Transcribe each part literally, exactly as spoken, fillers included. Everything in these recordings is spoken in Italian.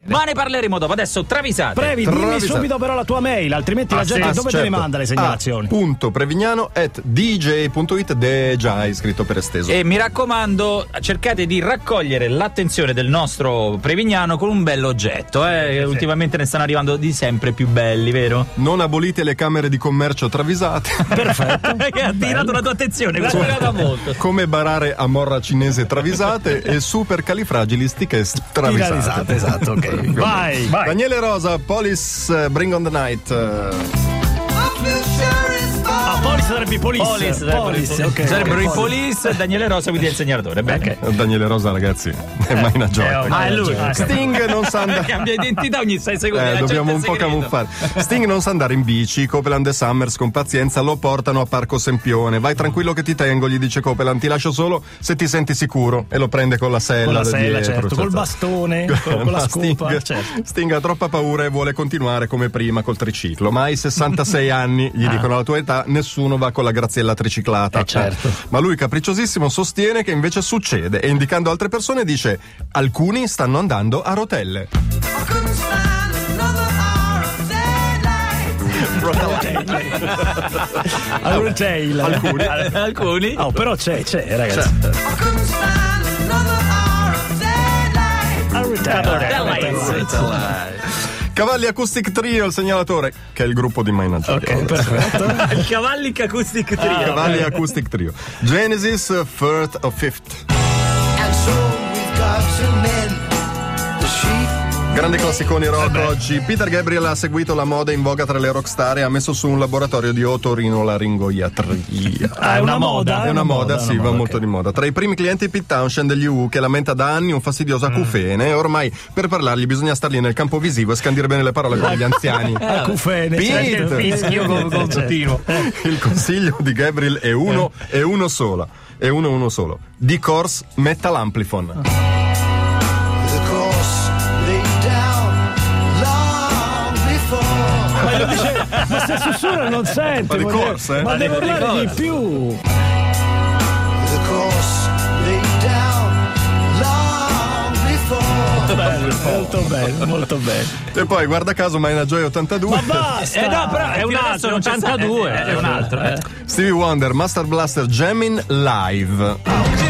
Ma ne parleremo dopo. Adesso travisate. Previ, dimmi Travisate. subito però la tua mail, altrimenti ah, la gente sì, dove certo. te ne manda le segnalazioni? Ah, punto Prevignano at d j punto it, D J scritto per esteso. E mi raccomando, cercate di raccogliere l'attenzione del nostro Prevignano con un bell'oggetto, eh? Sì. Ultimamente ne stanno arrivando di sempre più belli, vero? Non abolite le camere di commercio travisate. Perfetto. Che ha attirato la tua attenzione, l'ha attirata molto. Come barare a morra cinese travisate e super califragilistiche travisate. Esatto, ok. Vai, vai. Daniele Rosa, Police, Bring on the Night. Ah, Police sarebbe i Police. Police, sarebbe Police, i okay, sarebbero okay. i Police e Daniele Rosa quindi è il segnalatore. Bene. Okay. Daniele Rosa, ragazzi, è mai una gioia. Eh, ah, è lui. Sting non sa andare. Cambia identità ogni sei secondi. Eh, dobbiamo un po' camuffare. Sting non sa andare in bici. Copeland e Summers con pazienza lo portano a Parco Sempione. Vai tranquillo che ti tengo, gli dice Copeland. Ti lascio solo se ti senti sicuro. E lo prende con la sella. Con la sella, dietro, certo. Col bastone, con, con la scopa. Sting, certo. Sting ha troppa paura e vuole continuare come prima col triciclo. Ma ai sessantasei anni, gli ah. dicono la tua età, nessuno va con la Graziella triciclata. Eh, certo. Ma lui, capricciosissimo, sostiene che invece succede e indicando altre persone dice: alcuni stanno andando a rotelle. A rotelle. Alcuni. Alcuni. Oh, però c'è, c'è, ragazzi. A rotelle. Cavalli Acoustic Trio, il segnalatore, che è il gruppo di Mainaggio. Ok, perfetto. Il Cavalli Acoustic Trio. Ah, Cavalli Acoustic Trio. Genesis, First of Fifth. And so we've got to mend the sheep. Grandi classiconi rock eh oggi. Peter Gabriel ha seguito la moda in voga tra le rockstar e ha messo su un laboratorio di otorinolaringoiatria. Ah, è una moda? È una moda, sì, va moda, molto okay. di moda. Tra i primi clienti Pete Townshend degli U che lamenta da anni un fastidioso acufene e ormai per parlargli bisogna stargli nel campo visivo e scandire bene le parole con gli anziani. Acufene. Pete! Fischio continuo. Il consiglio di Gabriel è uno e uno solo. È uno e uno solo. Di course metta l'amplifon. Ma lo dice, ma se sussurra non sente. Ma, corsa, eh? ma deve parlare di più. Molto bello, molto bello, molto bello. E poi guarda caso Maina Joy ottantadue. Ma basta! Eh no, però è un altro, ottantadue, è, è un altro. Eh. Stevie Wonder, Master Blaster Jamming live. Oh.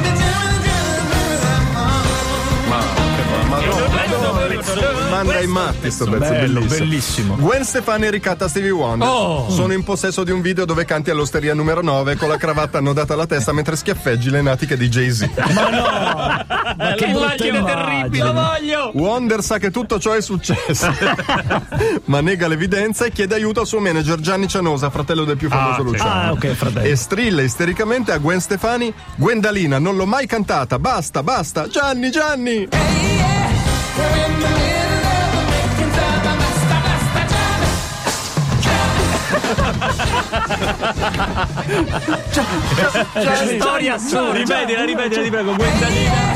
Manda i matti sto pezzo, bello, bellissimo. bellissimo. Gwen Stefani ricatta Stevie Wonder. Oh. Sono in possesso di un video dove canti all'osteria numero nove con la cravatta annodata alla testa mentre schiaffeggi le natiche di Jay-Z. Ma no! Ma che immagine terribile, lo voglio! Wonder sa che tutto ciò è successo, ma nega l'evidenza e chiede aiuto al suo manager Gianni Cianosa, fratello del più famoso ah, Luciano. Ah, ok, fratello. E strilla istericamente a Gwen Stefani: Gwendalina, non l'ho mai cantata, basta, basta, Gianni, Gianni! Hey, yeah. C'è storia assurda. Ripetila, ripetila, ti prego. Gwendalina.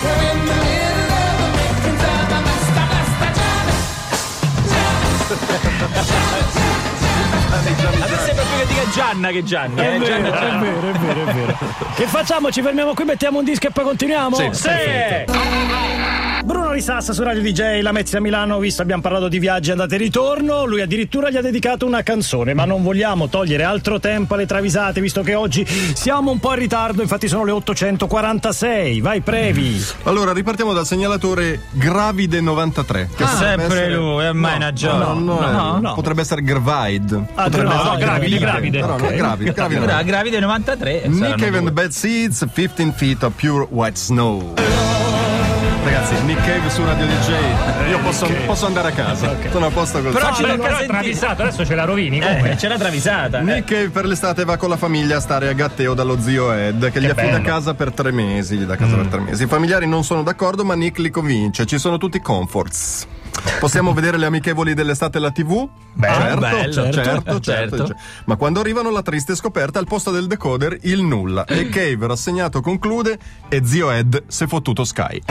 A te sembra più che dica Gianna che Gianni. È, eh? vero, Gianna, è vero, è vero, è vero. Che facciamo? Ci fermiamo qui, mettiamo un disco e poi continuiamo? Sì, sì. Bruno Risassa su Radio D J, la Mezza Milano, visto abbiamo parlato di viaggi andate e ritorno, lui addirittura gli ha dedicato una canzone, ma non vogliamo togliere altro tempo alle travisate, visto che oggi siamo un po' in ritardo, infatti sono le ottocentoquarantasei. Vai Previ. Allora ripartiamo dal segnalatore Gravide novantatré. Che ah, sempre essere... lui, è mai una gioia. No, no, no, no, no. Potrebbe essere Gravide. Ah, potrebbe no, essere no, gravide, gravide. No, no, okay. no, gravide, gravide, gravide, gravide novantatré. Nick Cave and the Bad Seeds, fifteen feet of pure white snow. Ragazzi, Nick Cave su Radio D J. Io posso, posso andare a casa. Okay. Sono a posto così. Però, no, ci però è travisato, adesso ce la rovini. Eh, c'è la travisata. Nick Cave per l'estate va con la famiglia a stare a Gatteo dallo zio Ed, che, che gli affida bello. casa per tre mesi. Gli dà casa mm. per tre mesi. I familiari non sono d'accordo, ma Nick li convince. Ci sono tutti i comforts. Possiamo vedere le amichevoli dell'estate alla tivù? Bello, certo, bello, certo, certo, certo. certo, certo. Ma quando arrivano la triste scoperta al posto del decoder il nulla. E Cave rassegnato conclude: e zio Ed s'è fottuto Sky.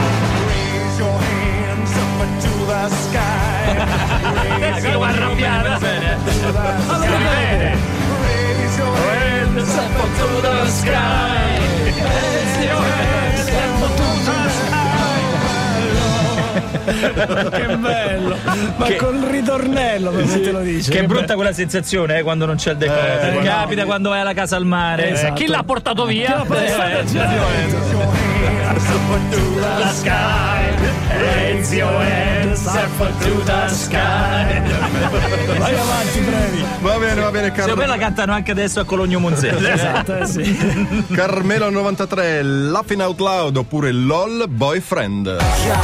Si va arrabbiata bene. Allora bene. Raise your hands up to the sky. Raise your hands up to the sky. Che bello, ma che... col ritornello per sì. te lo dice. Che, che brutta bello. Quella sensazione eh, quando non c'è il decoder. Eh, capita no. quando vai alla casa al mare. Eh, esatto. Chi l'ha portato via? Chi l'ha portato eh, via? The sky, raise your hands up to the sky. Vai avanti, brevi. Va bene, va bene, Car- Se me la cantano anche adesso a Cologno Monzese. Esatto, eh, sì. Carmelo novantatré, Laughing Out Loud oppure LOL Boyfriend.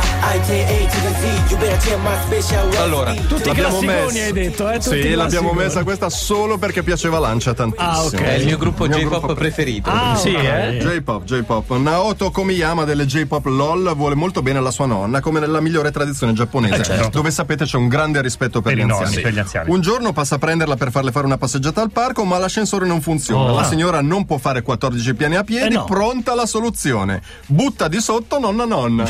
Allora, tutti i classiconi hai detto, eh? Tutti sì, l'abbiamo messa questa solo perché piaceva Lancia tantissimo. Ah, ok. È il mio gruppo il mio J-pop gruppo preferito. Ah, sì, okay. eh? J-pop, J-pop. Naoto Komiyama delle J-pop LOL vuole molto bene alla sua nonna, come nella migliore tradizione giapponese, eh, certo. dove sapete c'è un grande rispetto per, per, gli, i anziani. nonni, per gli anziani. Un giorno passa a prenderla per farle fare una passeggiata al parco, ma l'ascensore non funziona. Oh, la ah. signora non può fare quattordici piani a piedi, eh no. pronta la soluzione. Butta di sotto nonna nonna.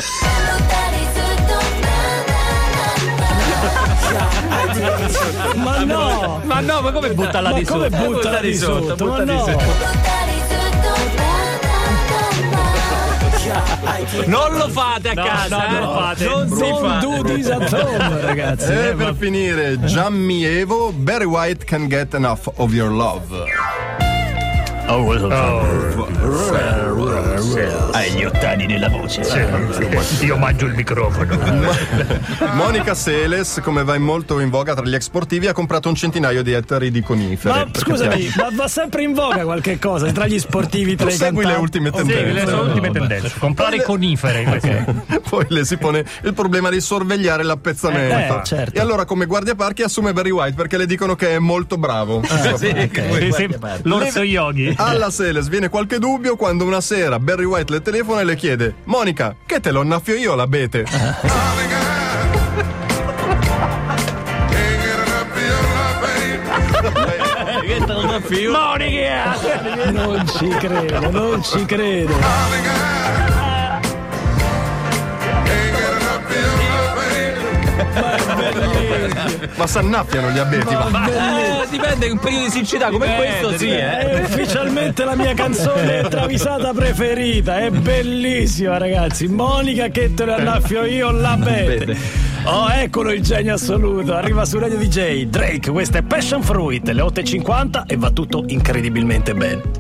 Ma no! Ma no, ma come buttala ma di sotto? Come buttala di sotto? sotto Ma butta no! di sotto. Non lo fate a no, casa, no, eh? non lo fate. Non si Don't fa. do this at home, ragazzi. E eh, per ma... finire, Gianni Evo, Barry White Can Get Enough of Your Love. Oh, oh. Hai gli ottani nella voce. Sì, io mangio il microfono. Monica Seles, come va in molto in voga tra gli ex sportivi, ha comprato un centinaio di ettari di conifere. Ma scusami, ma va sempre in voga qualche cosa tra gli sportivi, tra tu i segui cantanti? le ultime tendenze. Segui le no, ultime no, tendenze. Comprare le... conifere. Okay. Poi le si pone il problema di sorvegliare l'appezzamento. Eh, certo. E allora come guardiaparchi assume Barry White perché le dicono che è molto bravo. Ah, sì, okay. Sì, l'orso yogi. Alla Seles viene qualche dubbio quando una sera Barry White le telefona e le chiede: Monica, che te lo annaffio io l'abete? Monica! Non ci credo, non ci credo. Ma s'annaffiano gli abeti. Ma ma. Eh, dipende, in un periodo di siccità come Dipende, questo, sì, eh. È ufficialmente la mia canzone travisata preferita. È bellissima, ragazzi. Monica, che te lo annaffio io l'abete. Oh, eccolo il genio assoluto. Arriva su Radio D J Drake. Questa è Passion Fruit, le otto e cinquanta e va tutto incredibilmente bene.